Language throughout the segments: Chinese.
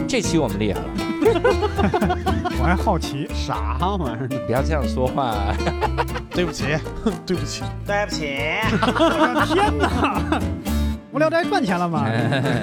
这期我们厉害了。 我还好奇啥玩意儿？ 不要这样说话。 对不起，对不起，对不起！ 我的天哪！无聊斋赚钱了吗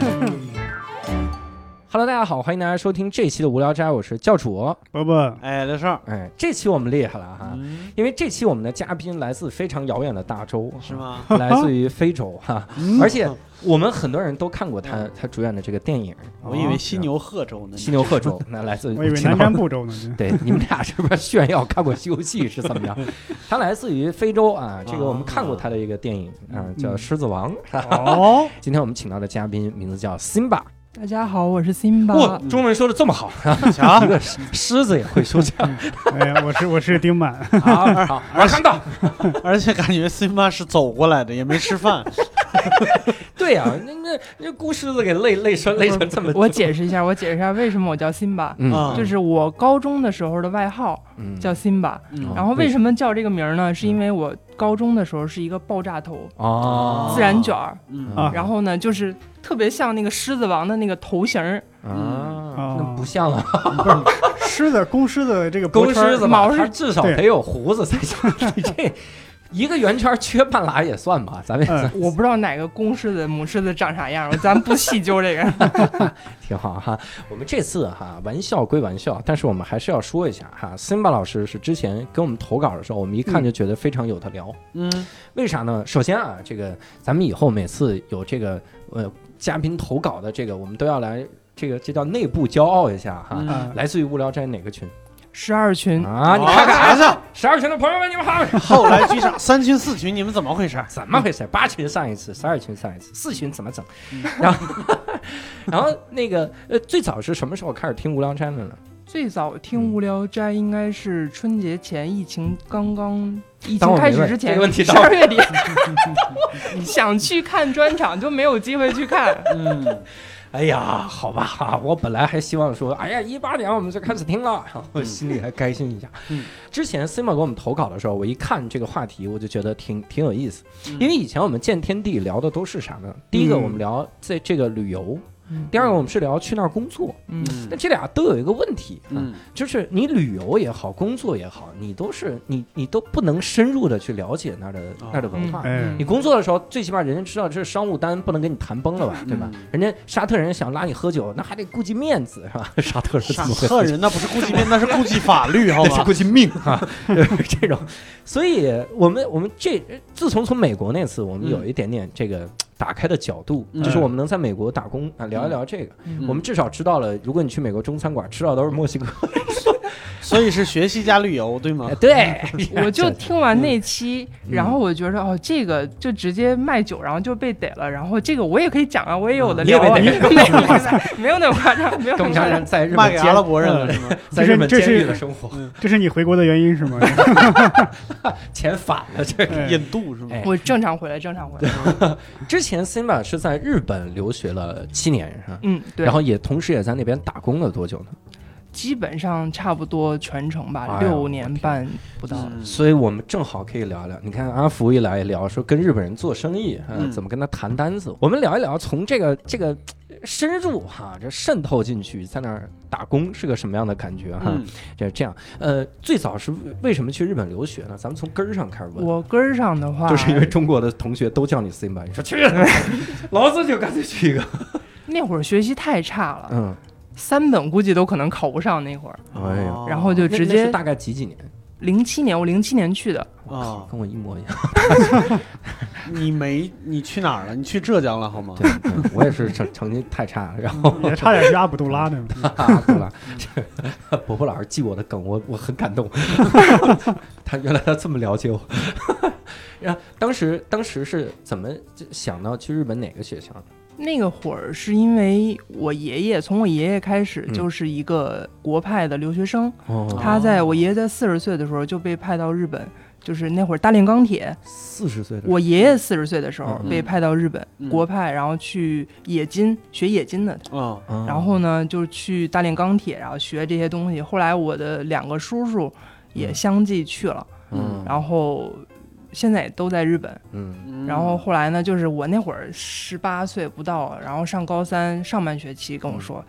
？Hello， 大家好，欢迎大家收听这期的无聊斋，我是教主伯伯。 哎，刘少， 哎，这期我们厉害了哈，因为这期我们的嘉宾来自非常遥远的大洲， 是吗？ 来自于非洲哈，而且我们很多人都看过他主演的这个电影。 我以为犀牛贺州呢。 犀牛贺州，那来自我以为南瞻部洲呢。 对，你们俩是不是炫耀看过《西游记》是怎么样？他来自于非洲啊，这个我们看过他的一个电影啊，叫《狮子王》。哦，今天我们请到的嘉宾名字叫 Simba。 大家好，我是 Simba。 哇，中文说的这么好，一个狮子也会说这样。 哎，我是丁满。 好，我看到， 而且感觉 Simba 是走过来的，也没吃饭。 对呀，那孤狮子给累成这么。 我解释一下为什么我叫 Simba，就是我高中的时候的外号叫 Simba，然后为什么叫这个名呢？是因为我高中的时候是一个爆炸头自然卷儿，然后呢就是特别像那个狮子王的那个头型那不像了。 公狮子这个公狮子毛是至少得有胡子才行。你这一个圆圈缺半拉也算吧，咱们我不知道哪个公狮子母狮子长啥样，咱不细究这个。 挺好哈。我们这次哈玩笑归玩笑，但是我们还是要说一下哈。Simba 老师是之前跟我们投稿的时候，我们一看就觉得非常有的聊。为啥呢？首先啊，这个咱们以后每次有这个嘉宾投稿的这个，我们都要来这叫内部骄傲一下哈。来自于无聊斋哪个群 ？12群啊！你看看，12群的朋友们，你们好。 后来居上3群4群，你们怎么回事？ 怎么回事？8群上一次，12群上一次，4群怎么整？然后那个最早是什么时候开始听无聊斋的呢？ 最早听无聊斋应该是春节前，疫情开始之前，12月底，想去看专场就没有机会去看。 哎呀，好吧，我本来还希望说，哎呀，18年我们就开始听了，然后我心里还开心一下。之前 Simba 给我们投稿的时候，我一看这个话题，我就觉得挺有意思，因为以前我们见天地聊的都是啥呢？第一个我们聊在这个旅游。第二个我们是聊去那儿工作，那这俩都有一个问题，就是你旅游也好，工作也好，你都不能深入的去了解那儿的文化。你工作的时候，最起码人家知道这是商务单，不能给你谈崩了吧，对吧？人家沙特人想拉你喝酒，那还得顾及面子，是吧？沙特人那不是顾及面，那是顾及法律，好吗？ 那是顾及命啊，这种。所以我们自从美国那次，我们有一点点这个打开的角度，就是我们能在美国打工啊，聊一聊这个，我们至少知道了，如果你去美国中餐馆吃到都是墨西哥， 所以是学习加旅游，对吗？ 对， 我就听完那期，然后我觉得这个就直接卖酒，然后就被逮了，然后这个我也可以讲啊，我也有的聊啊，没有那么夸张，没有那么夸张。 在日本卖给阿拉伯人了是吗？ 在日本监狱的生活， 这是你回国的原因是吗？ 钱反了，这印度是吗？ 我正常回来。 之前 Simba 是在日本留学了7年，是吧？ 对。 然后同时也在那边打工了多久呢？ 基本上差不多全程吧，6年半不到。 所以我们正好可以聊聊。你看阿福一来也聊说跟日本人做生意，怎么跟他谈单子。我们聊一聊从这个深入哈，这渗透进去，在那儿打工是个什么样的感觉哈？就是这样。最早是为什么去日本留学呢？咱们从根儿上开始问。 我根儿上的话， 就是因为中国的同学都叫你 Simba， 你说去，老子就干脆去一个。 那会儿学习太差了，3本估计都可能考不上那会儿。 哎呀， 然后就直接大概几年 ？07年，我07年去的。 跟我一模一样。 你去哪儿了？你去浙江了好吗？ 对，我也是成绩太差了，然后也差点去阿卜杜拉呢。 阿卜杜拉，伯伯老师记我的梗，我很感动。原来他这么了解我。然后当时是怎么想到去日本哪个学校？ 那个会儿是因为从我爷爷开始就是一个国派的留学生，他我爷爷在40岁的时候就被派到日本，就是那会儿大炼钢铁。 40岁的我爷爷40岁的时候被派到日本国派，然后去冶金学冶金的，然后呢就去大炼钢铁，然后学这些东西。后来我的2个叔叔也相继去了，然后现在也都在日本，然后后来呢，就是我那会儿18岁不到，然后上高3上半学期跟我说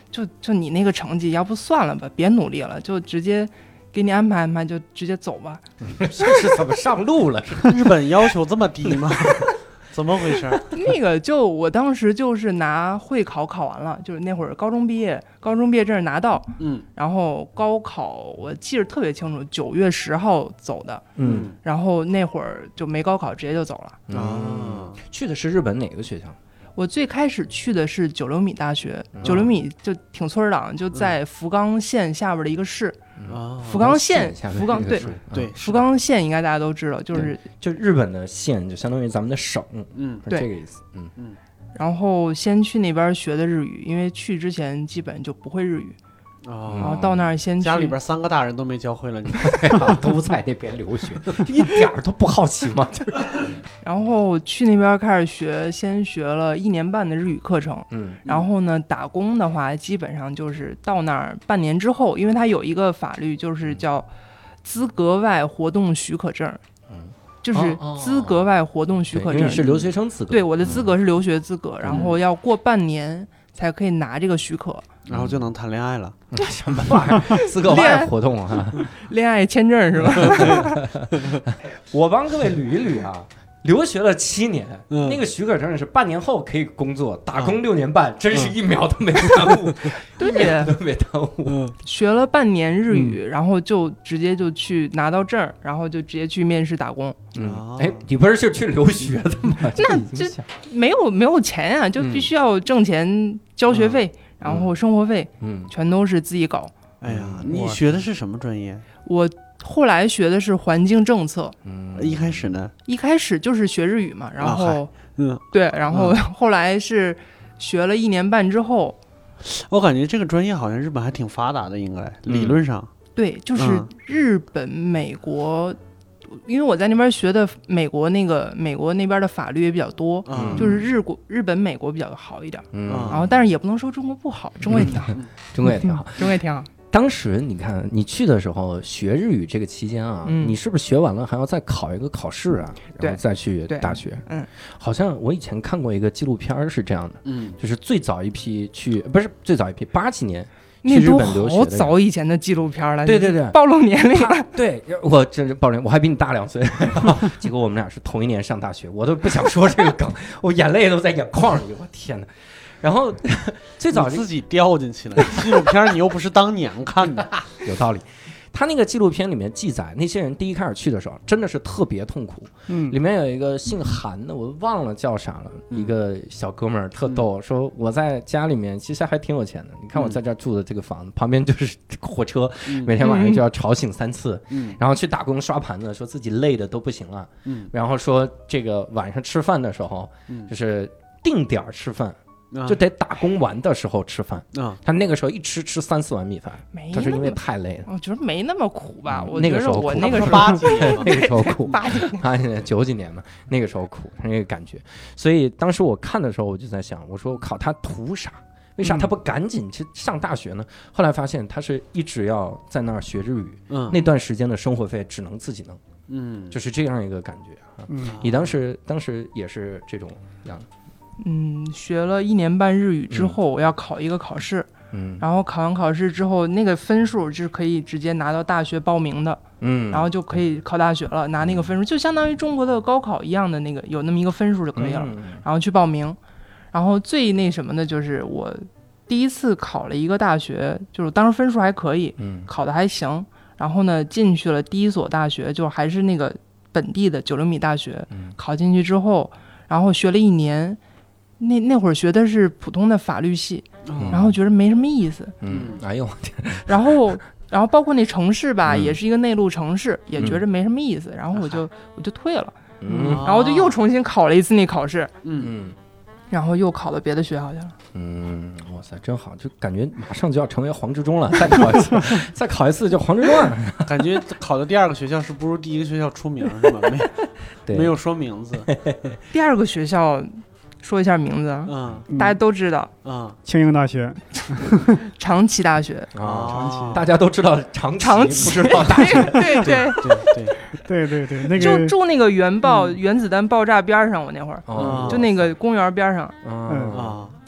就你那个成绩，要不算了吧，别努力了，就直接给你安排安排，就直接走吧。 这是怎么上路了？ 日本要求这么低吗？怎么回事？ 那个就我当时就是拿会考考完了，就是那会儿高中毕业证拿到，然后高考我记得特别清楚，9月10号走的，然后那会儿就没高考，直接就走了。 去的是日本哪个学校？ 我最开始去的是九流米大学，九流米就挺村党，就在福冈县下边的一个市。福冈县， 对， 福冈县应该大家都知道，就日本的县，就相当于咱们的省， 对， 这个意思， 然后先去那边学的日语，因为去之前基本就不会日语。然后到那儿先去， 家里边3个大人都没教会了你， 都在那边留学，一点都不好奇吗？ 然后去那边开始学，先学了1年半的日语课程，然后呢，打工的话基本上就是到那儿半年之后，因为它有一个法律就是叫资格外活动许可证，就是资格外活动许可证， 是留学生资格， 对，我的资格是留学资格，然后要过半年才可以拿这个许可。 然后就能谈恋爱了？ 什么玩意儿？资格外活动啊？ 恋爱签证是吧？ 我帮各位捋一捋啊，留学了7年，那个许可证是半年后可以工作，打工6年半，真是1秒都没耽误， 对， 都没耽误。 学了半年日语，然后就直接就去拿到证，然后就直接去面试打工。 你不是去留学的吗？ 那这没有钱啊，就必须要挣钱交学费。然后生活费，全都是自己搞。 哎呀，你学的是什么专业？ 我后来学的是环境政策。 一开始呢？ 一开始就是学日语嘛，然后，对，然后后来是学了1年半之后， 我感觉这个专业好像日本还挺发达的，应该理论上。 对，就是日本、美国。因为我在那边学的美国那边的法律也比较多，就是日本、美国比较好一点，然后但是也不能说中国不好，中国也挺好， 中国也挺好， 中国也挺好。 当时你看你去的时候学日语这个期间啊，你是不是学完了还要再考一个考试啊，然后再去大学？好像我以前看过一个纪录片是这样的，就是最早一批去，不是最早一批，87年。 那都好早以前的纪录片了， 对， 暴露年龄了。 对，我真是暴露，我还比你大2岁，结果我们俩是同一年上大学，我都不想说这个梗，我眼泪都在眼眶里，我天哪！然后最早自己掉进去了，纪录片你又不是当年看的， 有道理。他那个纪录片里面记载，那些人第一开始去的时候真的是特别痛苦。里面有一个姓韩的，我忘了叫啥了，一个小哥们儿特逗，说我在家里面其实还挺有钱的，你看我在这住的这个房子旁边就是火车，每天晚上就要吵醒3次，然后去打工刷盘子，说自己累的都不行了，然后说这个晚上吃饭的时候，就是定点吃饭。就得打工完的时候吃饭，他那个时候一吃3-4碗米饭，他是因为太累了。 我觉得没那么苦吧，我那个时候苦， 那个时候 80几年， 那个时候苦 ，80几年，90几年嘛，那个时候苦，那个感觉。所以当时我看的时候，我就在想，我说靠，他图啥？为啥他不赶紧去上大学呢？后来发现他是一直要在那儿学日语，那段时间的生活费只能自己弄，就是这样一个感觉啊。你当时也是这种样。 学了1年半日语之后，我要考一个考试，然后考完考试之后，那个分数是可以直接拿到大学报名的，然后就可以考大学了，拿那个分数就相当于中国的高考一样的那个，有那么一个分数就可以了，然后去报名。然后最那什么的就是我第一次考了一个大学，就是当时分数还可以，考的还行，然后呢进去了第一所大学，就还是那个本地的九流米大学，考进去之后，然后学了1年。那会儿学的是普通的法律系，然后觉得没什么意思。 哎呦， 然后包括那城市吧，也是一个内陆城市，也觉得没什么意思。然后我就退了，然后就又重新考了一次那考试，然后又考到别的学校去了。 哇塞，真好，就感觉马上就要成为黄执中了。再考一次就黄执中了。 感觉考的第2个学校是不如第1个学校出名是吧？没有说名字。 第2个学校。说一下名字，大家都知道， 庆应大学， 长崎大学长崎， 大家都知道长崎，不知道大学， 对，那个就住那个原子弹爆炸边上，我那会儿就那个公园边上，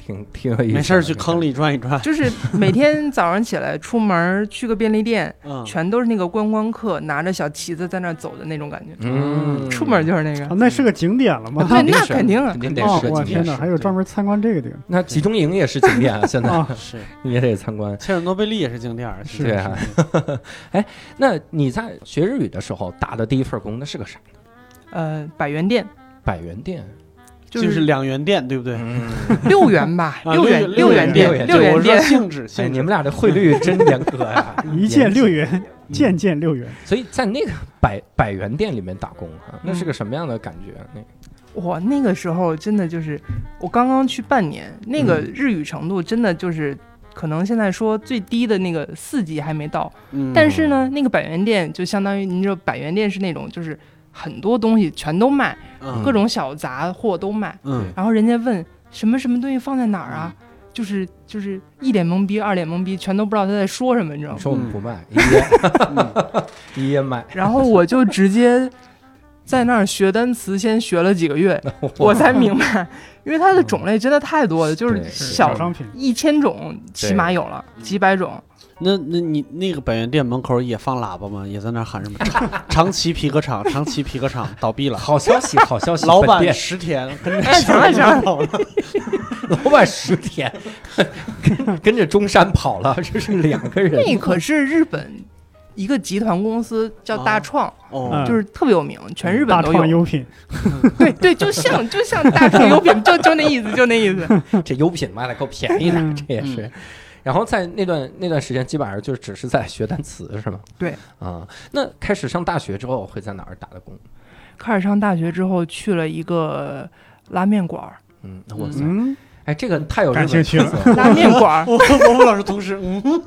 挺有意思。 没事去坑里转一转。 就是每天早上起来出门去个便利店，全都是那个观光客拿着小旗子在那走的那种感觉。出门就是那个。 那是个景点了吗？ 对，那肯定啊， 肯定得是个景点。 天哪，还有专门参观这个地方。 那集中营也是景点啊，现在是你也得参观。 切尔诺贝利也是景点。 对啊。哎，那你在学日语的时候打的第一份工，那是个啥呢？百元店。 百元店。 就是2元店，对不对 ？6元吧，6元店性质。 你们俩这汇率真严格呀！ 一件6元，件6元。 所以在那个百元店里面打工啊，那是个什么样的感觉？ 哇，那个时候真的就是我刚刚去半年，那个日语程度真的就是可能现在说最低的那个4级还没到。但是呢，那个百元店就相当于您这百元店是那种就是很多东西全都卖，各种小杂货都卖。然后人家问什么什么东西放在哪儿啊？就是一脸懵逼，2脸懵逼，全都不知道他在说什么，你知道吗？ 说我们不卖，一夜卖。 然后我就直接在那儿学单词，先学了几个月，我才明白，因为它的种类真的太多了，就是小商品 1000种起码有了，几百种。 那你那个百元店门口也放喇叭吗？也在那喊什么长崎皮革厂，长崎皮革厂倒闭了。 好消息，好消息！ 老板10天跟着行了， 老板10天跟着中山跑了，这是2个人。 那可是日本一个集团公司叫大创，就是特别有名，全日本都有。 大创优品， 对，就像大创优品，就那意思，就那意思。 这优品卖的够便宜的，这也是。然后在那段时间，基本上就只是在学单词，是吗？ 对啊。那开始上大学之后，会在哪儿打的工？ 开始上大学之后，去了一个拉面馆。 我操！哎，这个太有感兴趣了。 拉面馆， 我们老师同时，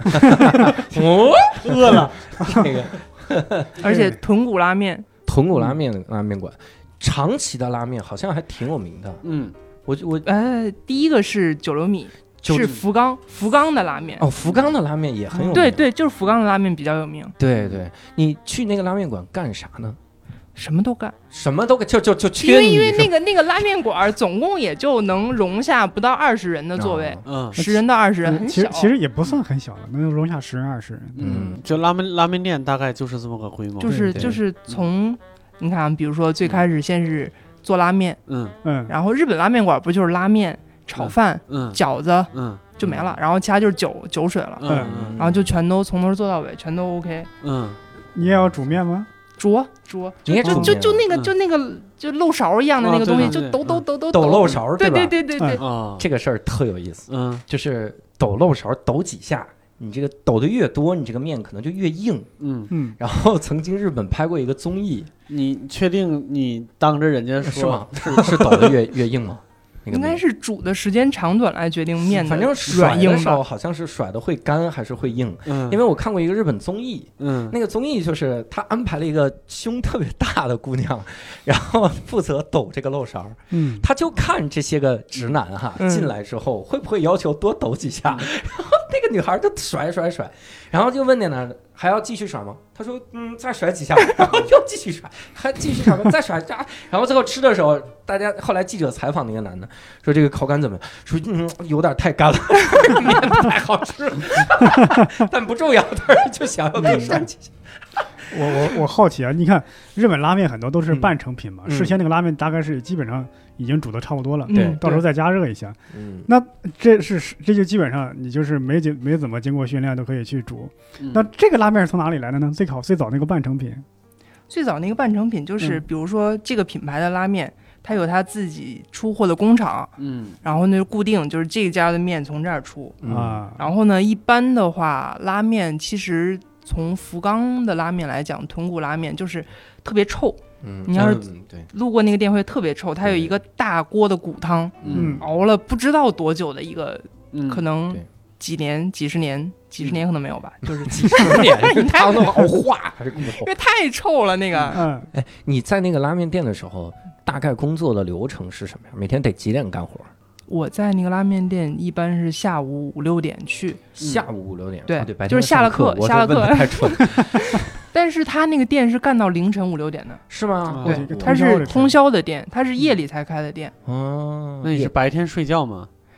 饿了。 这个， 而且豚骨拉面馆，长崎的拉面好像还挺有名的。我第一个是九流米。是福冈的拉面福冈的拉面也很有名。 对，就是福冈的拉面比较有名。 对，你去那个拉面馆干啥呢？ 什么都干， 就缺你。 因为那个拉面馆总共也就能容下不到20人的座位，10人到20人很小。 其实也不算很小了，能容下10人20人。 就拉面店大概就是这么个规模。 就是从你看，比如说最开始先是做拉面，然后日本拉面馆不就是拉面、炒饭、饺子，就没了，然后其他就是酒水了，然后就全都从头做到尾，全都 OK。 你也要煮面吗？ 煮，就那个就漏勺一样的那个东西，就抖漏勺， 对吧？对， 这个事儿特有意思，就是抖漏勺抖几下，你这个抖的越多，你这个面可能就越硬。然后曾经日本拍过一个综艺， 你确定你当着人家说是吗？是抖的越硬吗？ 应该是煮的时间长短来决定面的， 反正甩的时候好像是甩的会干还是会硬。因为我看过一个日本综艺，那个综艺就是他安排了一个胸特别大的姑娘，然后负责抖这个漏勺。他就看这些个直男进来之后会不会要求多抖几下，然后那个女孩就甩，然后就问那男的还要继续甩吗？他说再甩几下，然后又继续甩，还继续甩吗？再甩加，然后最后吃的时候，大家后来记者采访那个男的说这个口感怎么样？说有点太干了，面不太好吃，但不重要，但是就想要多甩几下。 我好奇啊，你看日本拉面很多都是半成品嘛，事先那个拉面大概是基本上已经煮的差不多了， 对， 到时候再加热一下。那这就基本上你就是没怎么经过训练都可以去煮。那这个拉面是从哪里来的呢？最早那个半成品， 就是比如说这个品牌的拉面，它有它自己出货的工厂，然后呢固定就是这家的面从这儿出然后呢一般的话拉面其实从福冈的拉面来讲，豚骨拉面就是特别臭。你要是路过那个店会特别臭，它有一个大锅的骨汤，熬了不知道多久的一个，可能几十年可能没有吧，就是几十年， 汤都熬化， 因为太臭了那个。 你在那个拉面店的时候，大概工作的流程是什么呀？每天得几点干活？ 我在那个拉面店一般是下午5、6点去， 下午5、6点， 对，就是下了课， 太蠢。 但是他那个店是干到凌晨5、6点的， 是吗？ 对，它是通宵的店，它是夜里才开的店。 那你是白天睡觉吗？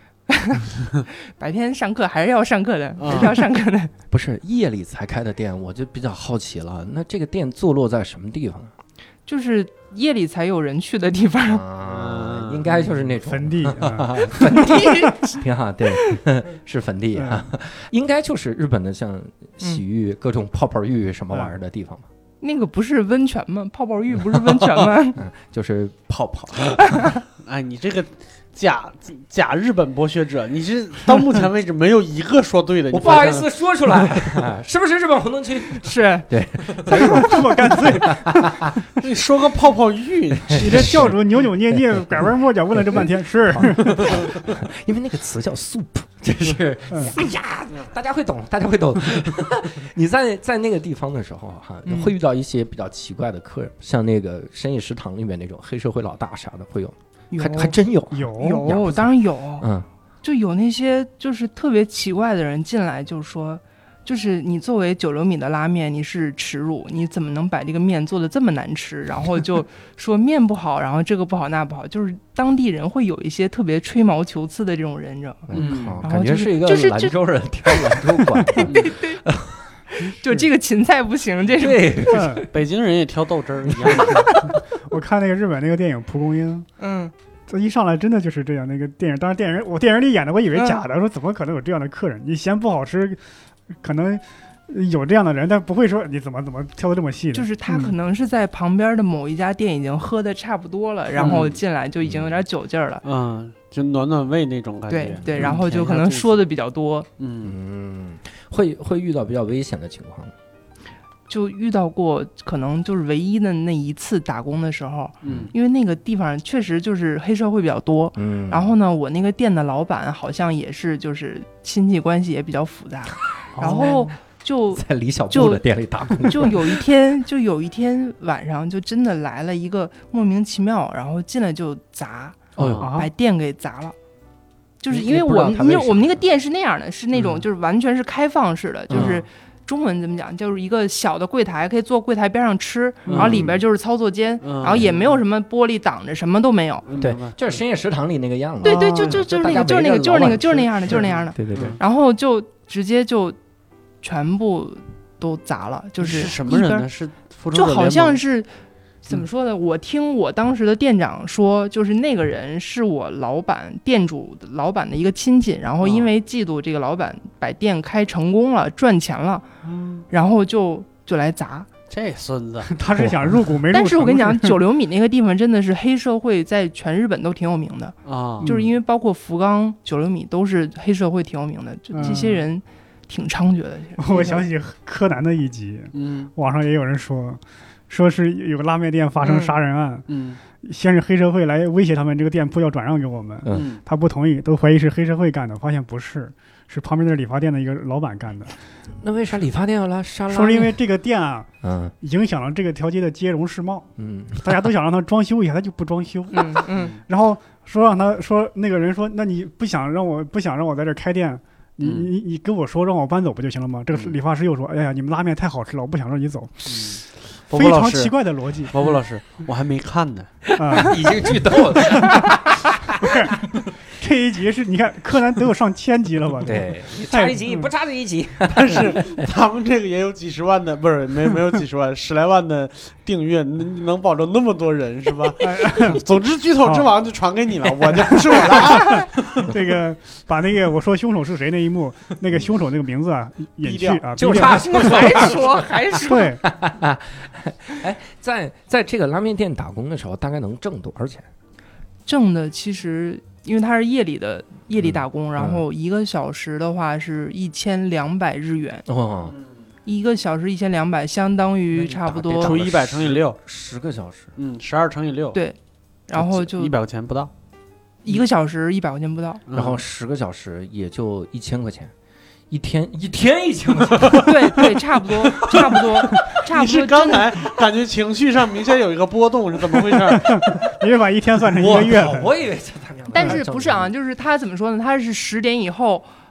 白天上课还是要上课的，还是要上课的。 不是夜里才开的店，我就比较好奇了。那这个店坐落在什么地方？ 就是夜里才有人去的地方啊，应该就是那种坟地， 坟地挺好，对，是坟地啊，应该就是日本的像洗浴、各种泡泡浴什么玩意儿的地方吧。 那个不是温泉吗？泡泡浴不是温泉吗？ 就是泡泡。 哎，你这个假日本博学者，你是到目前为止没有一个说对的。 我不好意思说出来，是不是日本红灯区？ 是， 对， 这么干脆。 你说个泡泡浴， 你这教主扭扭捏捏、拐弯抹角问了这半天，是因为那个词叫 soup， 就是哎呀，大家会懂，大家会懂。你在那个地方的时候哈，会遇到一些比较奇怪的客人，像那个深夜食堂里面那种黑社会老大啥的会有。还真有， 当然有，就有那些就是特别奇怪的人进来，就说，就是你作为9流米的拉面，你是耻辱，你怎么能把这个面做的这么难吃？然后就说面不好，然后这个不好那不好，就是当地人会有一些特别吹毛求疵的这种人，你知道吗？ 感觉是一个兰州人挑兰州馆， 对。就这个芹菜不行，这是北京人也挑豆汁儿一样的。 我看那个日本那个电影《蒲公英》，这一上来真的就是这样。那个电影，当然电影里演的，我以为假的，说怎么可能有这样的客人？你嫌不好吃，可能有这样的人，但不会说你怎么挑的这么细的。 就是他可能是在旁边的某一家店已经喝的差不多了，然后进来就已经有点酒劲儿了， 就暖暖胃那种感觉。 对，然后就可能说的比较多。 会遇到比较危险的情况吗？ 就遇到过，可能就是唯一的那一次打工的时候，因为那个地方确实就是黑社会比较多，然后呢，我那个店的老板好像也是就是亲戚关系也比较复杂，然后就在李小璐的店里打工， 就有一天晚上就真的来了一个莫名其妙，然后进来就砸，把店给砸了。就是因为我们那个店是那样的，是那种就是完全是开放式的，就是中文怎么讲，就是一个小的柜台，可以坐柜台边上吃，然后里边就是操作间，然后也没有什么玻璃挡着，什么都没有。 对，就是深夜食堂里那个样子。 对，就是那个，就是那样的，就是那样的。 对。 然后就直接就全部都砸了，就是什么人呢？是就好像是。怎么说呢？我听我当时的店长说，就是那个人是我店主老板的一个亲戚，然后因为嫉妒这个老板把店开成功了，赚钱了，然后就来砸。 这孙子， 他是想入股没入。 但是我跟你讲，9流米那个地方真的是黑社会，在全日本都挺有名的啊，就是因为包括福冈、9流米都是黑社会挺有名的，就这些人挺猖獗的。 我想起柯南的一集，网上也有人说是有个拉面店发生杀人案，先是黑社会来威胁他们这个店铺要转让给我们，他不同意，都怀疑是黑社会干的，发现不是，是旁边的理发店的一个老板干的。 那为啥理发店要来杀拉面？ 说是因为这个店啊，影响了这个条街的街容市貌，大家都想让他装修一下，他就不装修，然后说那个人说，那你不想让我在这开店？你跟我说让我搬走不就行了吗？这个理发师又说，哎呀，你们拉面太好吃了，我不想让你走。非常奇怪的逻辑。 伯伯老师，我还没看呢， 已经剧透了。 不是，这一集是你看柯南都有上1000集了吧？ 对，差一集不差这一集。 但是他们这个也有几十万的，不是没有几十万，10来万的订阅，能保证那么多人是吧？总之，剧透之王就传给你了，我就不是我了。 这个把那个我说凶手是谁那一幕，那个凶手那个名字啊隐去啊， 就差还说对。 哎，在这个拉面店打工的时候，大概能挣多少钱？ 挣的其实因为他是夜里打工，然后1个小时的话是1200日元。1个小时1200，相当于差不多除100乘以6，10 个小时 ，12乘以6， 对，然后就 100块钱不到 ，1个小时100块钱不到， 然后10个小时也就1000块钱。一天1000块钱， 对，差不多。 你是刚才感觉情绪上明显有一个波动，是怎么回事？ 你是把一天算成1个月？ 我以为是他。 但是不是啊？就是他怎么说呢？他是10点以后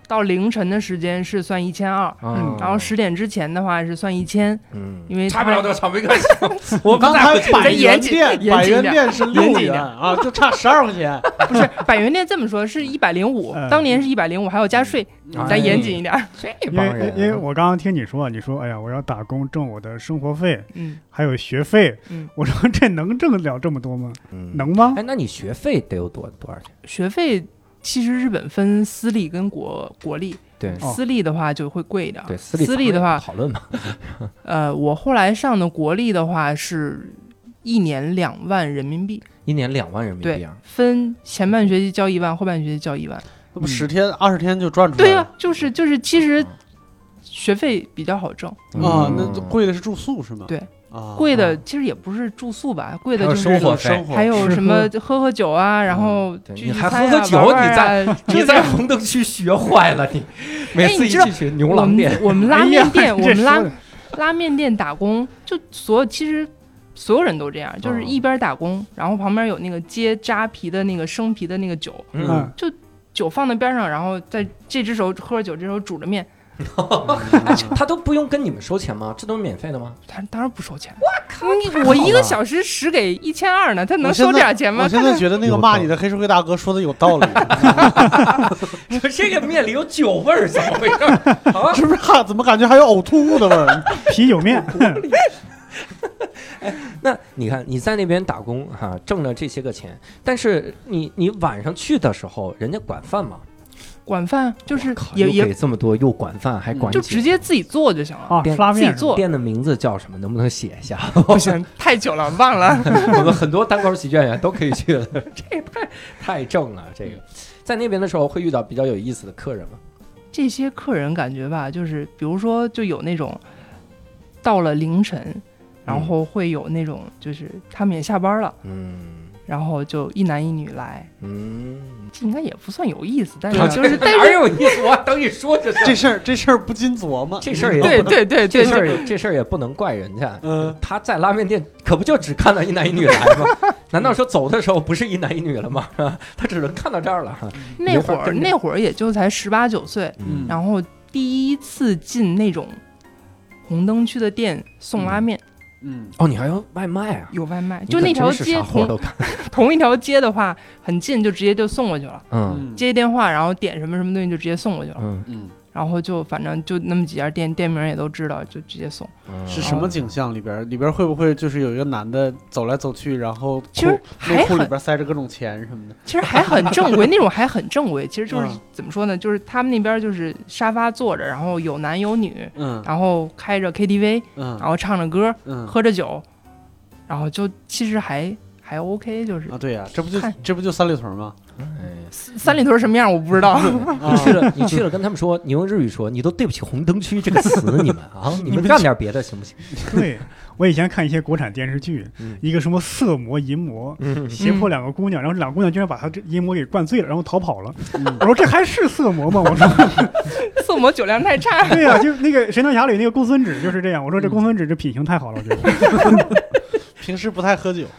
到凌晨的时间是算1200，然后10点之前的话是算1000，因为差不了多少，没关系。 我刚才百元店是6元啊，就差12块钱。 不是百元店这么说，是105，当年是105，还要加税，咱严谨一点。 因为我刚刚听你说，哎呀，我要打工挣我的生活费，还有学费，我说这能挣得了这么多吗？能吗？ 哎，那你学费得有多少钱？ 学费其实日本分私立跟国立， 对， 私立的话就会贵一点， 对， 私立的话讨论嘛。 我后来上的国立的话是1年2万人民币 ，1年2万人民币啊， 分前半学期交1万，后半学期交1万， 那不10天20天就赚出来了？ 对啊，就是其实学费比较好挣啊，那贵的是住宿是吗？ 对。贵的其实也不是住宿吧，贵的就是生活， 还有什么喝酒啊，然后你还喝酒，你在红灯区学坏了你。每次一去牛郎店， 我们拉面店，我们拉面店打工，就其实所有人都这样，就是一边打工，然后旁边有那个接扎皮的那个生皮的那个酒，就酒放在边上，然后在这只手喝着酒，这手煮着面。 他都不用跟你们收钱吗？这都是免费的吗？ 他当然不收钱。我靠！我1个小时10给1200呢，他能收这点钱吗？ 我现在觉得那个骂你的黑社会大哥说的有道理。 这个面里有酒味儿，怎么回事？ 是不是？怎么感觉还有呕吐物的味儿？ 啤酒面。 哎，那你看你在那边打工哈，挣了这些个钱，但是你晚上去的时候，人家管饭吗？ 管饭就是也给这么多，又管饭还管， 就直接自己做就行了啊。拉面自己做， 店的名字叫什么？能不能写一下？ 不行，太久了，忘了。 我们很多单口喜剧演员都可以去的，这也太正了。这个在那边的时候会遇到比较有意思的客人吗？ 这些客人感觉吧，就是比如说就有那种到了凌晨，然后会有那种就是他们也下班了，然后就一男一女来，这应该也不算有意思，但是就是哪有意思？我等你说这事儿不禁琢磨， 这事儿也对， 这事儿也不能怪人家，他在拉面店可不就只看到一男一女来吗？难道说走的时候不是一男一女了吗？他只能看到这儿了。 那会儿也就才18、19岁，然后第一次进那种红灯区的店送拉面。 哦，你还有外卖啊？ 有外卖，就那条街同一条街的话很近，就直接就送过去了。接电话，然后点什么什么东西就直接送过去了。然后就反正就那么几家店名也都知道，就直接送。 是什么景象？里边会不会就是有一个男的走来走去，然后其实内裤里边塞着各种钱什么的？ 其实还很正规，那种还很正规。其实就是怎么说呢？就是他们那边就是沙发坐着，然后有男有女，然后开着 KTV，然后唱着歌，喝着酒，然后就其实还 OK， 就是啊，对呀，这不就三里屯吗？ 三里屯什么样我不知道。 你去了跟他们说，你用日语说，你都对不起红灯区这个词，你们啊，你们干点别的行不行？ 对，我以前看一些国产电视剧，一个什么色魔淫魔胁迫2个姑娘，然后2个姑娘居然把他这淫魔给灌醉了，然后逃跑了。我说这还是色魔吗？我说色魔酒量太差。 对呀，就那个神雕侠侣那个公孙止就是这样。我说这公孙止这品行太好了，我觉得。 平时不太喝酒。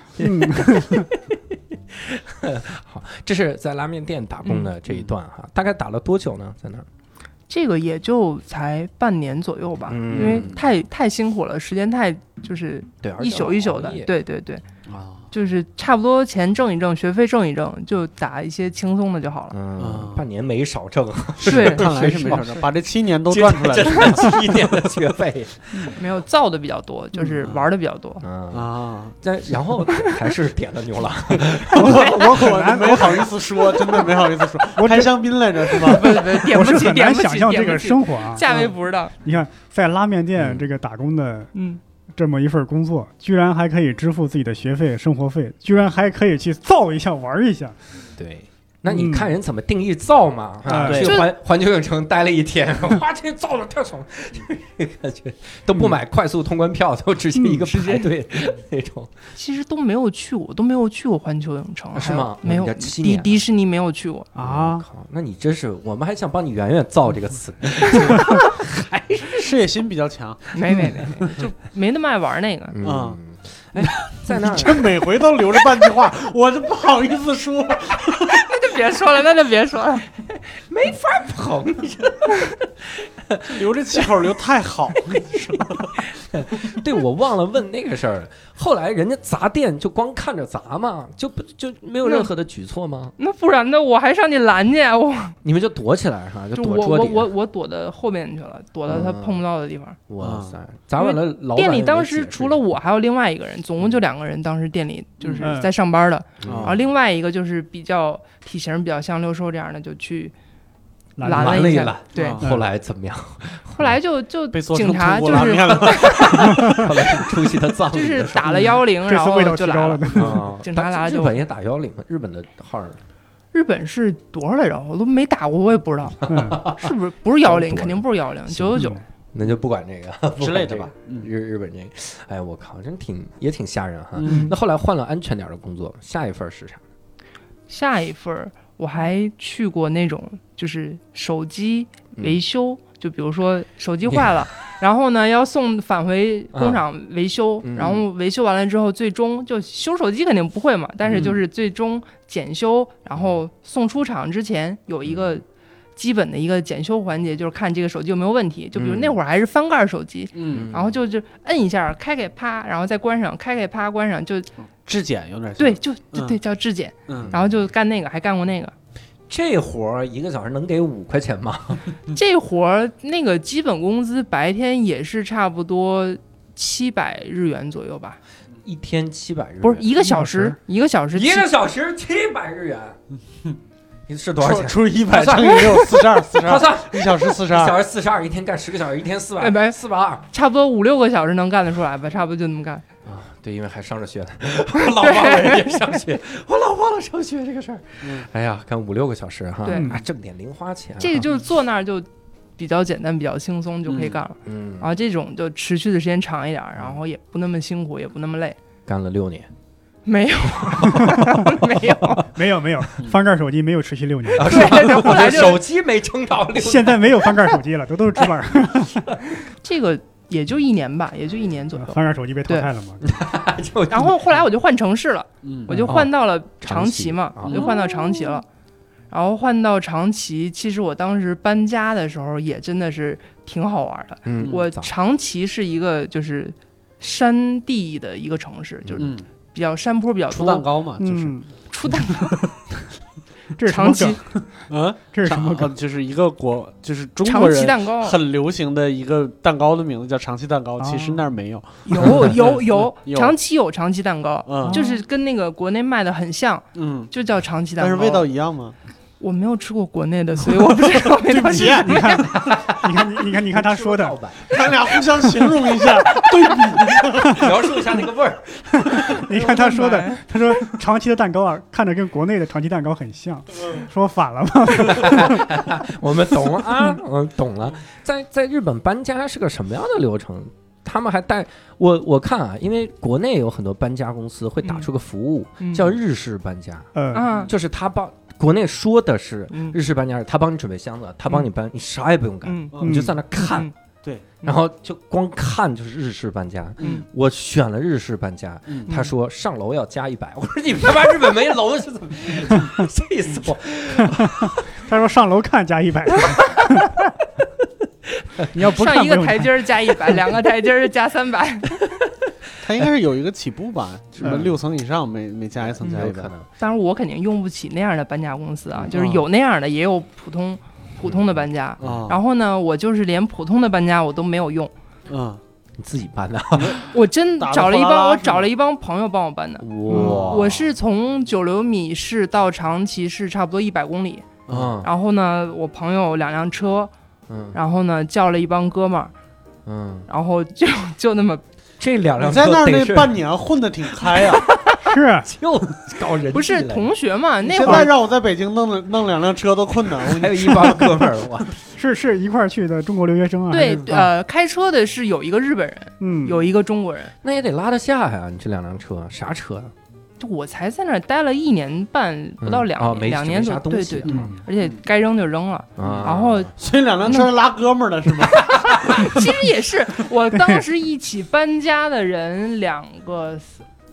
好，这是在拉面店打工的这一段哈，大概打了多久呢？在那儿？ 这个也就才半年左右吧，因为太辛苦了，时间太就是一宿一宿的，对就是差不多钱挣一挣，学费挣一挣，就打一些轻松的就好了。 半年没少挣， 对， 看来是没少挣，把这7年都赚出来了 ，7年的学费， 没有造的比较多，就是玩的比较多然后还是点了牛郎， 我没好意思说，真的没好意思说，我开香槟来着是吧？ 点不起， 很难想象这个生活啊， 价位不知道。 你看，在拉面店这个打工的，这么一份工作，居然还可以支付自己的学费、生活费，居然还可以去造一下、玩一下。 对，那你看人怎么定义造嘛？去环球影城待了1天，哇，这造的太爽了，感觉都不买快速通关票，都直接一个排队那种。 其实都没有去过环球影城， 是吗？ 没有，迪士尼没有去过啊。 那你真是，我们还想帮你圆圆造这个词， 还是事业心比较强。 没，就没那么爱玩那个。 哎，在那儿， 这每回都留着半句话，我就不好意思说。 那就别说了。 没法捧，你这留这气口留太好了，你说。 对，我忘了问那个事儿。后来人家砸店就光看着砸嘛，就没有任何的举措吗？ 那不然的，我还上去拦去， 你们就躲起来哈，就躲桌底。 我躲到后面去了，躲到他碰不到的地方。 哇塞，砸完了老板店里当时除了我还有另外一个人，总共就2个人，当时店里就是在上班的，然后另外一个就是比较体型比较像六兽这样的，就去拦了一下。对， 后来怎么样？ 后来就警察就是后来出席他葬礼， 就是打了110，然后就来了。警察来了， 日本也打110吗？日本的号。 日本是多少来着？我都没打过，我也不知道，是不是110？肯定不是110，999。 那就不管这个之类的吧。 日本这个，哎，我靠，真也挺吓人哈。那后来换了安全点的工作，下一份是啥？ 下一份我还去过那种就是手机维修，就比如说手机坏了，然后呢要返回工厂维修，然后维修完了之后，最终就修手机肯定不会嘛，但是就是最终检修，然后送出厂之前有一个基本的一个检修环节，就是看这个手机有没有问题。就比如那会儿还是翻盖手机，然后就摁一下，开开啪，然后再关上，开开啪关上，就质检有点像。 对，对叫质检，然后就干那个，还干过那个。 这活1个小时能给5块钱吗？ 这活那个基本工资白天也是差不多700日元左右吧。 一天700日元？ 不是1个小时，1个小时 700日元。你是多少钱？ 除以100乘以6，42，一小时42， 一小时42，一天干10个小时，一天420， 差不多5、6个小时能干得出来吧？差不多就那么干。 对，因为还上着学呢，我老忘了人家上学，我老忘了上学这个事儿。哎呀，干5、6个小时哈，挣点零花钱。 这个就是坐那儿就比较简单，比较轻松就可以干了。然后这种就持续的时间长一点，然后也不那么辛苦，也不那么累。 干了6年。 没有， 翻盖手机没有持续6年。 对，后来手机没撑着6年。 现在没有翻盖手机了，都是直板。 这个也就1年吧，也就1年左右。 翻盖手机被淘汰了嘛？ 然后后来我就换城市了，我就换到了长崎嘛，我就换到长崎了。然后换到长崎，其实我当时搬家的时候也真的是挺好玩的。我长崎是一个就是山地的一个城市，就是比较山坡比较多， 出蛋糕嘛，就是出蛋糕。 这是长崎， 这是什么梗？ 就是一个就是中国人蛋糕很流行的一个蛋糕的名字叫长崎蛋糕，其实那儿没有。 有，长崎有长崎蛋糕，就是跟那个国内卖的很像，就叫长崎蛋糕。 但是味道一样吗？ 我没有吃过国内的，所以我不知道。 对不起，你看他说的， 咱俩互相形容一下，对比描述一下那个味儿。 你看他说的，他说长崎的蛋糕啊，看着跟国内的长崎蛋糕很像，说反了吗？ 我们懂了啊，懂了。在日本搬家是个什么样的流程？他们还带我看啊，因为国内有很多搬家公司会打出个服务，叫日式搬家，就是他国内说的是日式搬家，他帮你准备箱子，他帮你搬，你啥也不用干，你就在那看， 对， 然后就光看就是日式搬家。我选了日式搬家，他说上楼要加100，我说你他妈日本没楼是怎么？气死我！ 他说上楼看加100。你要不上一个台阶加100，两个台阶加300。 它应该是有一个起步吧，什么6层以上每加一层加100。 当然我肯定用不起那样的搬家公司啊，就是有那样的，也有普通的搬家。然后呢，我就是连普通的搬家我都没有用。 你自己搬的？ 我真找了一帮朋友帮我搬的。哇！我是从九流米市到长崎市差不多100公里。然后呢，我朋友2辆车。然后呢，叫了一帮哥们儿。然后就那么。 这2辆车你在那半年混得挺开呀。 是就搞人， 不是同学嘛？那现在让我在北京弄2辆车都困难。 还有一帮哥们儿，哇， 是一块儿去的中国留学生啊。 对，开车的是有一个日本人，有一个中国人， 那也得拉得下呀。你这2辆车啥车啊？ 就我才在那儿待了1年半，不到2年左右。对，而且该扔就扔了。然后所以2辆车拉哥们儿的是吗？ 其实也是，我当时一起搬家的人2个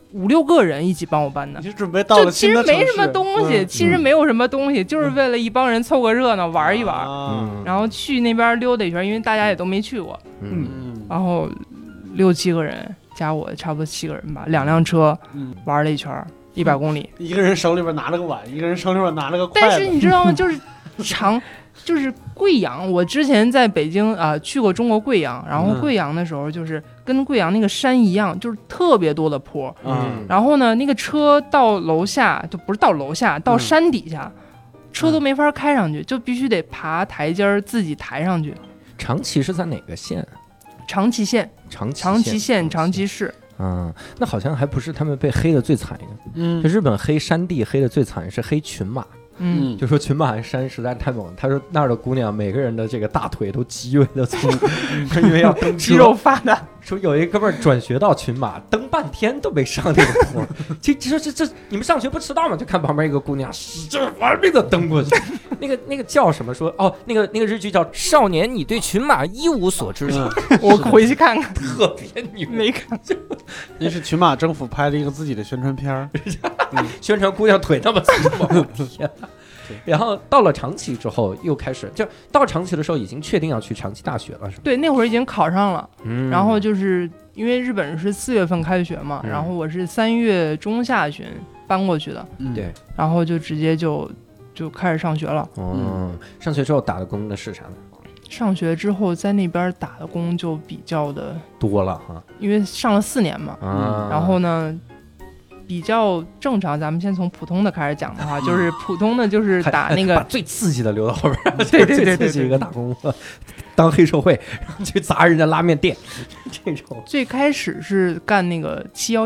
5-6个人一起帮我搬的， 就准备到了新的城市， 就其实没什么东西，其实没有什么东西，就是为了一帮人凑个热闹玩一玩，然后去那边溜达一圈，因为大家也都没去过，然后6-7个人加我差不多7个人吧，2辆车玩了一圈，100公里， 一个人手里边拿了个碗，一个人手里边拿了个筷子。 但是你知道吗？就是贵阳，我之前在北京去过中国贵阳，然后贵阳的时候就是跟贵阳那个山一样，就是特别多的坡，然后呢，那个车到楼下就不是到楼下，到山底下，车都没法开上去，就必须得爬台阶自己抬上去。 长崎是在哪个县？ 长崎县，长崎市。 那好像还不是他们被黑的最惨的。就日本黑山地黑的最惨是黑群马。就说群马山实在太猛，他说那儿的姑娘每个人的这个大腿都极为的粗，因为要蹬肌肉发达。 说有一哥们儿转学到群马，蹬半天都没上那个坡。这你们上学不迟到吗？就看旁边一个姑娘使劲玩命的蹬过去。那个叫什么？说那个日剧叫《少年你对群马一无所知》。 我回去看看， 特别牛。 没看， 那是群马政府拍的一个自己的宣传片宣传姑娘腿那么粗吗？天。然后到了长崎之后，又开始就到长崎的时候，已经确定要去长崎大学了，是吧？ 对，那会儿已经考上了。然后就是因为日本是4月份开学嘛，然后我是3月中下旬搬过去的。 对， 然后就直接就开始上学了。 上学之后打的工的是啥呢？ 上学之后在那边打的工就比较的多了哈， 因为上了4年嘛。然后呢？比较正常，咱们先从普通的开始讲的话，就是普通的就是打那个把最刺激的留到后边， 对， 最刺激一个打工，当黑社会，然后去砸人家拉面店，这种。 最开始是干那个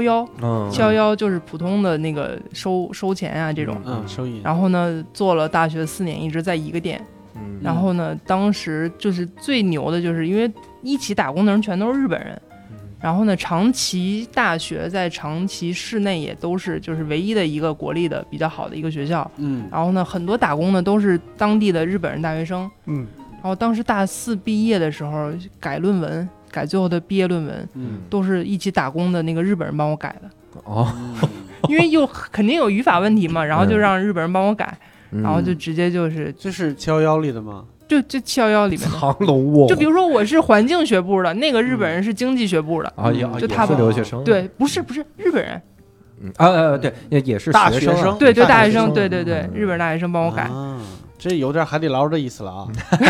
711，711就是普通的那个收钱啊这种， 收银。然后呢，做了大学4年，一直在一个店。然后呢，当时就是最牛的，就是因为一起打工的人全都是日本人。然后呢，长崎大学在长崎市内也都是就是唯一的一个国立的比较好的一个学校。然后呢，很多打工的都是当地的日本人大学生。然后当时大4毕业的时候改论文，改最后的毕业论文，都是一起打工的那个日本人帮我改的。因为肯定有语法问题嘛，然后就让日本人帮我改，然后就直接就是这是711里的吗？ 就711里面的藏龙卧虎。 就比如说我是环境学部的，那个日本人是经济学部的就他是留学生。 对，不是日本人。 对，也是大学生。 对，大学生，对，日本大学生帮我改。 这有点海底捞的意思了啊。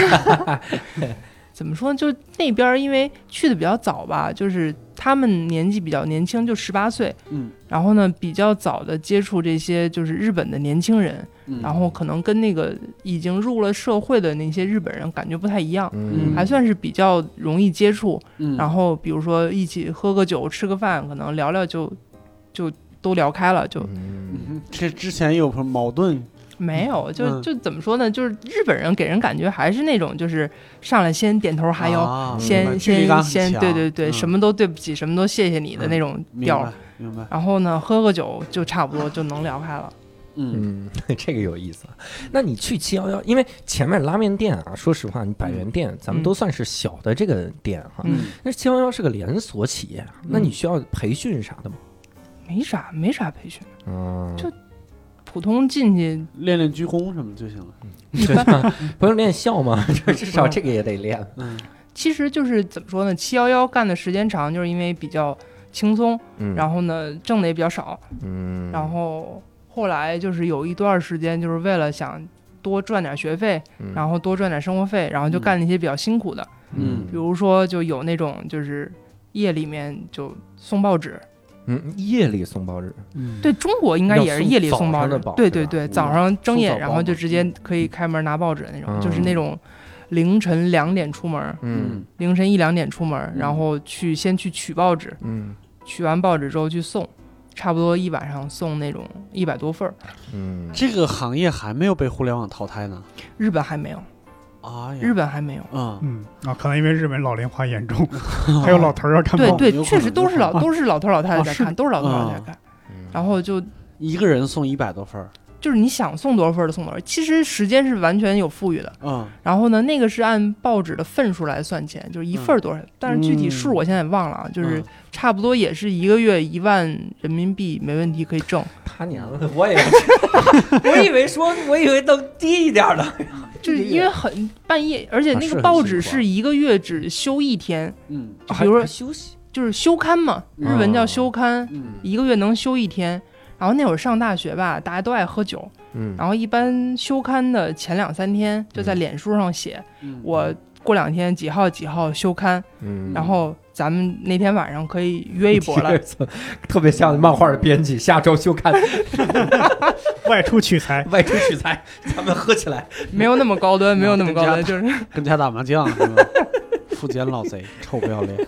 怎么说呢？就那边因为去的比较早吧，就是他们年纪比较年轻，就18岁。然后呢，比较早的接触这些就是日本的年轻人，然后可能跟那个已经入了社会的那些日本人感觉不太一样，还算是比较容易接触。然后比如说一起喝个酒、吃个饭，可能聊聊就都聊开了。 这之前有矛盾？ 没有，就怎么说呢？就是日本人给人感觉还是那种，就是上来先点头哈腰，先对，什么都对不起，什么都谢谢你的那种调。 明白。 然后呢，喝个酒就差不多就能聊开了。 这个有意思。那你去711，因为前面拉面店啊，说实话，你百元店咱们都算是小的这个店哈。那711是个连锁企业，那你需要培训啥的吗？ 没啥培训。就普通进去练练鞠躬什么就行了。 不用练笑吗？至少这个也得练。 其实就是怎么说呢，711干的时间长，就是因为比较轻松，然后呢挣的也比较少。然后后来就是有一段时间，就是为了想多赚点学费，然后多赚点生活费，然后就干那些比较辛苦的。比如说就有那种就是夜里面就送报纸。 夜里送报纸。 对，中国应该也是夜里送报纸。对，早上睁眼，然后就直接可以开门拿报纸那种，就是那种凌晨2点出门，凌晨1-2点出门，然后先去取报纸，取完报纸之后去送，差不多一晚上送那种100多份。 这个行业还没有被互联网淘汰呢？ 日本还没有。日本还没有。 可能因为日本老龄化严重，还有老头要看报。 对，确实都是老头老太太在看，都是老头老太太看。然后就一个人送100多份， 就是你想送多少份就送多少，其实时间是完全有富裕的。然后呢，那个是按报纸的份数来算钱，就是一份多少，但是具体数我现在也忘了啊，就是差不多也是一个月1万人民币没问题可以挣。 他娘的，我以为能低一点的， 就是因为很半夜，而且那个报纸是一个月只休1天，比如说休息就是休刊嘛，日文叫休刊，一个月能休1天。然后那会儿上大学吧，大家都爱喝酒，然后一般休刊的前2、3天就在脸书上写，我过2天几号几号休刊，然后咱们那天晚上可以约一波了， 特别像漫画的编辑，下周休刊， 外出取材， 咱们喝起来， 没有那么高端，没有那么高端，就是跟家打麻将是吧？福建老贼，臭不要脸。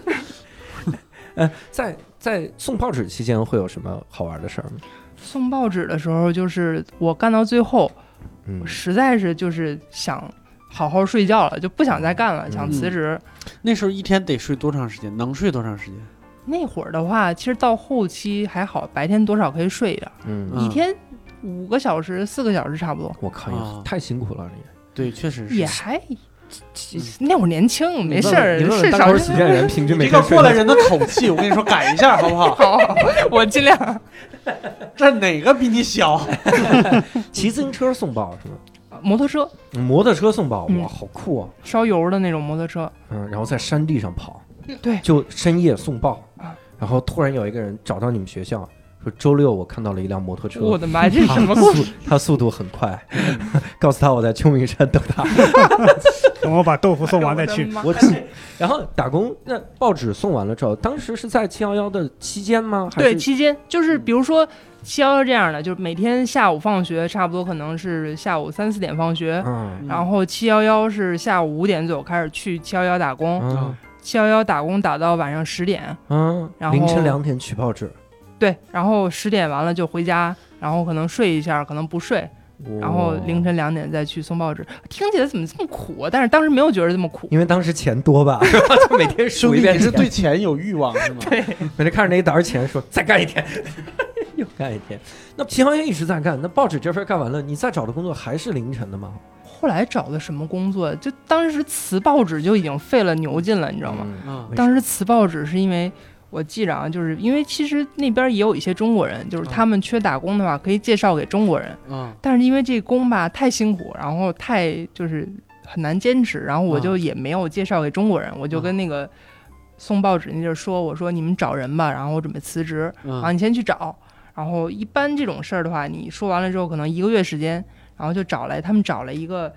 在送报纸期间会有什么好玩的事儿吗？ 送报纸的时候，就是我干到最后，实在是就是想好好睡觉了，就不想再干了，想辞职。 那时候一天得睡多长时间？能睡多长时间？ 那会儿的话，其实到后期还好，白天多少可以睡一点，一天5个小时、4个小时差不多。 我靠，太辛苦了， 对，确实是。 也还。那会儿年轻没事儿， 是大多喜剧人平均每天这个过来人的口气，我跟你说改一下好不好？ 好，我尽量。 这哪个比你小？ 骑自行车送报是吗？ 摩托车送报，哇，好酷啊！ 烧油的那种摩托车， 然后在山地上跑， 对， 就深夜送报，然后突然有一个人找到你们学校。说周6我看到了一辆摩托车， 我的妈，这是什么故事？ 他速度很快，告诉他我在秋名山等他， 等我把豆腐送完再去。 然后打工，那报纸送完了之后，当时是在711的期间吗？ 对，期间就是比如说711这样的，就是每天下午放学，差不多可能是下午3、4点放学，然后711是下午5点左右开始去711打工，711打工打到晚上10点，然后凌晨2点取报纸。 对，然后10点完了就回家，然后可能睡一下，可能不睡，然后凌晨2点再去送报纸。听起来怎么这么苦啊？但是当时没有觉得这么苦， 因为当时钱多吧，就每天数一遍。 你是对钱有欲望是吗？ 对， 每天看着那一沓钱，说再干一天，又干一天。那711一直在干，那报纸这份干完了，你再找的工作还是凌晨的吗？ 后来找的什么工作？就当时辞报纸就已经费了牛劲了，你知道吗？当时辞报纸是因为。我记着啊，就是因为其实那边也有一些中国人，就是他们缺打工的话，可以介绍给中国人。但是因为这工吧太辛苦，然后太就是很难坚持，然后我就也没有介绍给中国人，我就跟那个送报纸那地儿说，我说你们找人吧，然后我准备辞职，你先去找。然后一般这种事儿的话，你说完了之后，可能1个月时间，然后就他们找了一个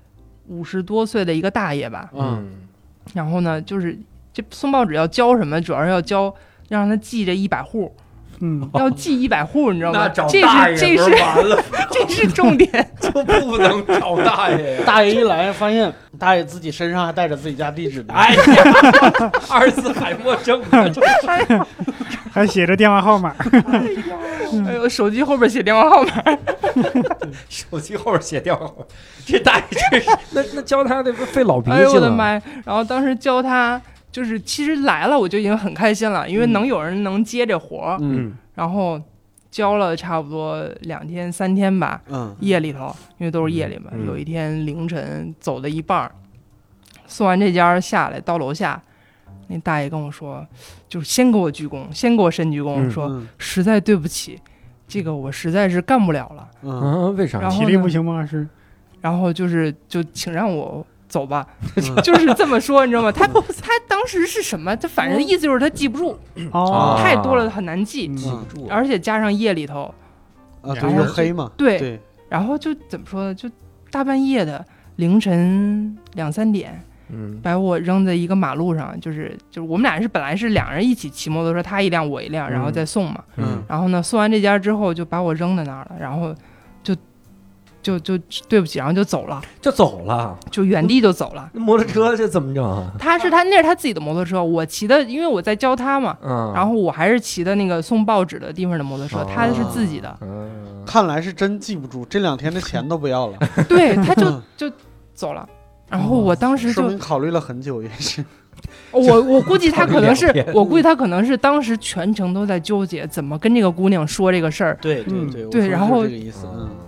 50多岁的一个大爷吧，然后呢就是。这送报纸要交什么？主要是要让他记这100户，要记100户，你知道吗？ 这是完了， 这是重点， 就不能找大爷。 大爷一来，发现大爷自己身上还带着自己家地址呢。 哎呀，阿尔兹海默症， 还写着电话号码。 哎呦，手机后边写电话号码， 手机后边写电话号码，这大爷真是那教他得费老鼻子了。 哎呦我的妈！然后当时教他。就是其实来了我就已经很开心了，因为能有人能接这活，然后教了差不多2天3天吧，夜里头，因为都是夜里嘛，有一天凌晨走了一半，送完这家下来到楼下，那大爷跟我说，就是先给我鞠躬，先给我深鞠躬，说实在对不起，这个我实在是干不了了。 为啥？ 体力不行吗？是？ 然后就请让我。走吧，就是这么说，你知道吗？他当时是什么？他反正意思就是他记不住，太多了很难记， 记不住， 而且加上夜里头， 对，又黑嘛， 对，然后就怎么说呢？就大半夜的凌晨2、3点，把我扔在一个马路上，就是我们俩本来是2人一起骑摩托车，他一辆我一辆，然后再送嘛，然后呢送完这家之后就把我扔在那儿了，然后就对不起，然后就走了， 就原地就走了。 那摩托车这怎么整啊？ 那是他自己的摩托车，我骑的，因为我在教他嘛，然后我还是骑的那个送报纸的地方的摩托车，他是自己的。 看来是真记不住，这2天的钱都不要了。 对，他就走了，然后我当时就说明考虑了很久，也是。 我估计他可能是，当时全程都在纠结怎么跟这个姑娘说这个事儿。 对， 然后这个意思。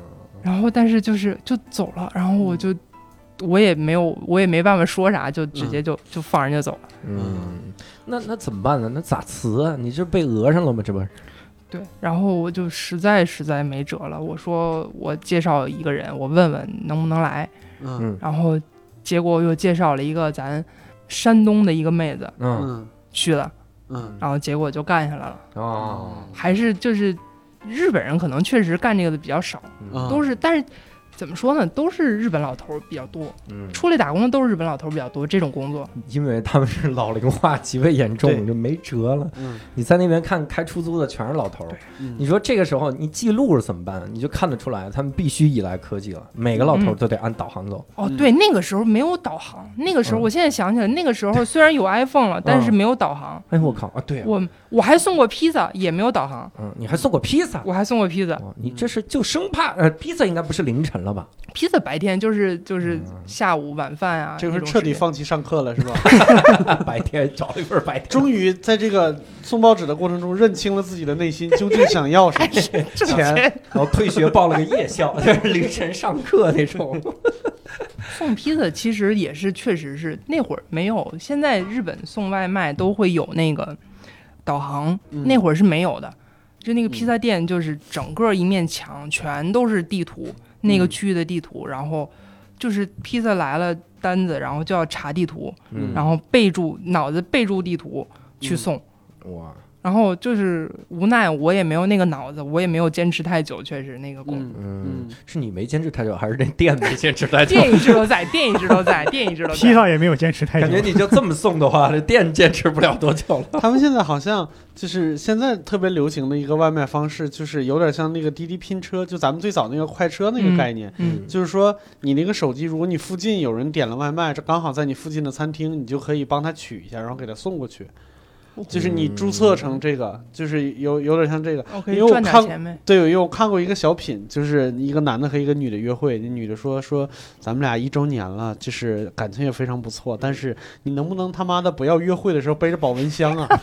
然后但是就走了，然后我也没办法说啥，就直接就放人家走了。 那怎么办呢？那咋辞啊？你这被讹上了吗？这不是？ 对，然后我就实在没辙了，我说我介绍一个人，我问问能不能来。然后结果又介绍了一个咱山东的一个妹子，去了，然后结果就干下来了。还是就是日本人可能确实干这个的比较少，都是，但是怎么说呢，都是日本老头比较多，出来打工的都是日本老头比较多，这种工作， 因为他们是老龄化极为严重，就没辙了。你在那边看开出租的全是老头，你说这个时候你记录是怎么办？你就看得出来，他们必须依赖科技了，每个老头都得按导航走。 对，那个时候没有导航，那个时候我现在想起来，那个时候虽然有 iPhone 了，但是没有导航。 哎，我靠啊！对啊， 我还送过披萨，也没有导航。 你还送过披萨？ 我还送过披萨。 你这是就生怕披萨应该不是凌晨了吧？ 披萨白天就是下午晚饭啊， 这是彻底放弃上课了是吧？ 白天找一份白天， 终于在这个送报纸的过程中认清了自己的内心究竟想要什么钱， 然后退学报了个夜校，就是凌晨上课那种。 送披萨其实也是，确实是那会儿没有，现在日本送外卖都会有那个导航，那会儿是没有的。就那个披萨店，就是整个一面墙全都是地图，那个区域的地图，然后就是披萨来了单子，然后就要查地图，然后脑子备注地图去送。 哇！ 然后就是无奈我也没有那个脑子，我也没有坚持太久，确实那个工作。 是你没坚持太久，还是这店没坚持太久？ 店一直都在，店一直都在。 披萨也没有坚持太久。 感觉你就这么送的话，这店坚持不了多久了。 他们现在好像就是现在特别流行的一个外卖方式，就是有点像那个滴滴拼车，就咱们最早那个快车那个概念。就是说你那个手机，如果你附近有人点了外卖，这刚好在你附近的餐厅，你就可以帮他取一下，然后给他送过去。就是你注册成这个，就是有点像这个。因为我看对，因为我看过一个小品，就是一个男的和一个女的约会，那女的说咱们俩1周年了，就是感情也非常不错，但是你能不能他妈的不要约会的时候背着保温箱啊？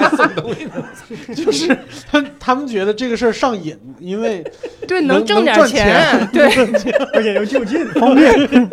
就是他们觉得这个事儿上瘾，因为对能挣点钱，对， 而且又就近方便。